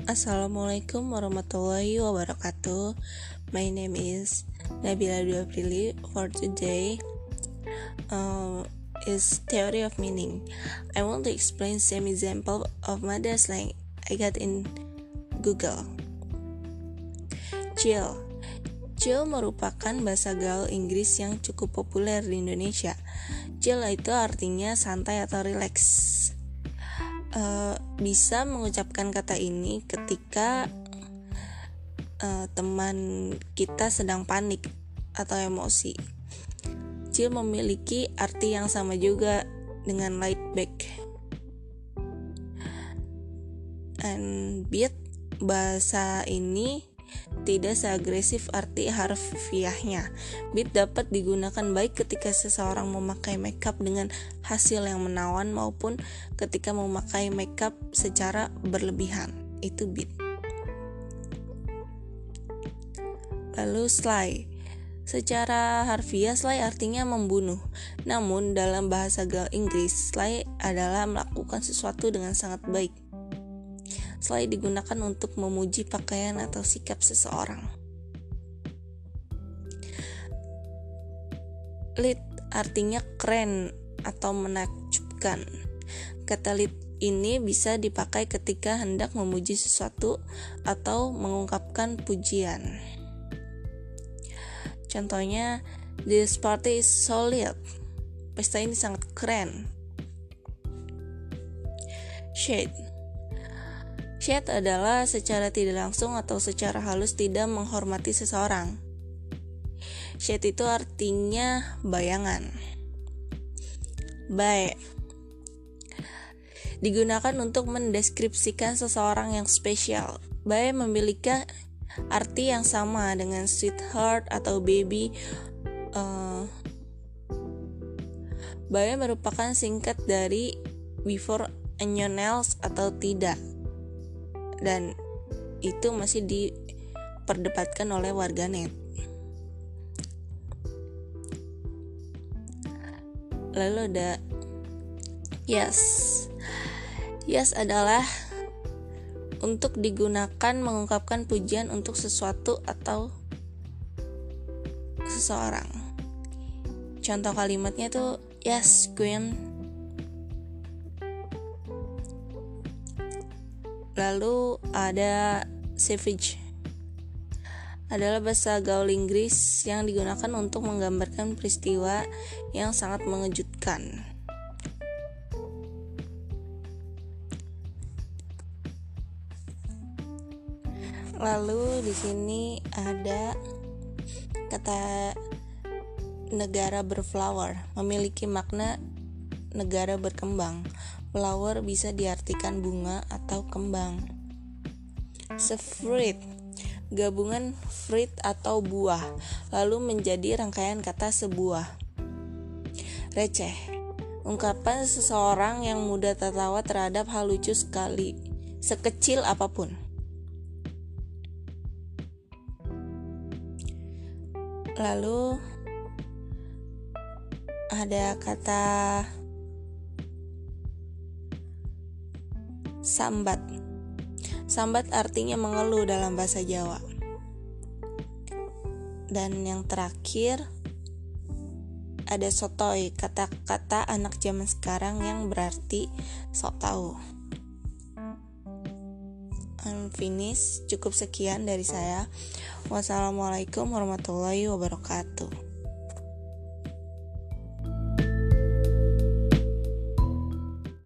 Assalamualaikum warahmatullahi wabarakatuh. My name is Nabila Dwi Aprili. For today is theory of meaning. I want to explain some example of mother slang I got in Google. Chill merupakan bahasa gaul Inggris yang cukup populer di Indonesia. Chill itu artinya santai atau relax. Bisa mengucapkan kata ini ketika teman kita sedang panik atau emosi. Chill memiliki arti yang sama juga dengan laid back. And beat, bahasa ini tidak seagresif arti harfiahnya. Beat dapat digunakan baik ketika seseorang memakai makeup dengan hasil yang menawan maupun ketika memakai makeup secara berlebihan. Itu beat. Lalu sly. Secara harfiah sly artinya membunuh. Namun dalam bahasa gaul Inggris, sly adalah melakukan sesuatu dengan sangat baik. Sly digunakan untuk memuji pakaian atau sikap seseorang. Lit artinya keren atau menakjubkan. Kata lit ini bisa dipakai ketika hendak memuji sesuatu atau mengungkapkan pujian. Contohnya, this party is so lit. Pesta ini sangat keren. Shade adalah secara tidak langsung atau secara halus tidak menghormati seseorang. Shade itu artinya bayangan. Baik. Digunakan untuk mendeskripsikan seseorang yang spesial. Baik memiliki arti yang sama dengan sweetheart atau baby. Baik merupakan singkat dari before anyone else atau tidak. Dan itu masih diperdebatkan oleh warganet. Lalu ada yes. Yes adalah untuk digunakan mengungkapkan pujian untuk sesuatu atau seseorang. Contoh kalimatnya tuh yes queen. Lalu ada savage. Adalah bahasa gaul Inggris yang digunakan untuk menggambarkan peristiwa yang sangat mengejutkan. Lalu di sini ada kata negara berflower, memiliki makna negara berkembang. Flower bisa diartikan bunga atau kembang. Fruit, gabungan fruit atau buah, lalu menjadi rangkaian kata sebuah. Receh, ungkapan seseorang yang mudah tertawa terhadap hal lucu sekecil apapun. Lalu ada kata sambat. Sambat artinya mengeluh dalam bahasa Jawa. Dan yang terakhir ada sotoy, kata-kata anak zaman sekarang yang berarti sok tahu. Finish, cukup sekian dari saya. Wassalamualaikum warahmatullahi wabarakatuh.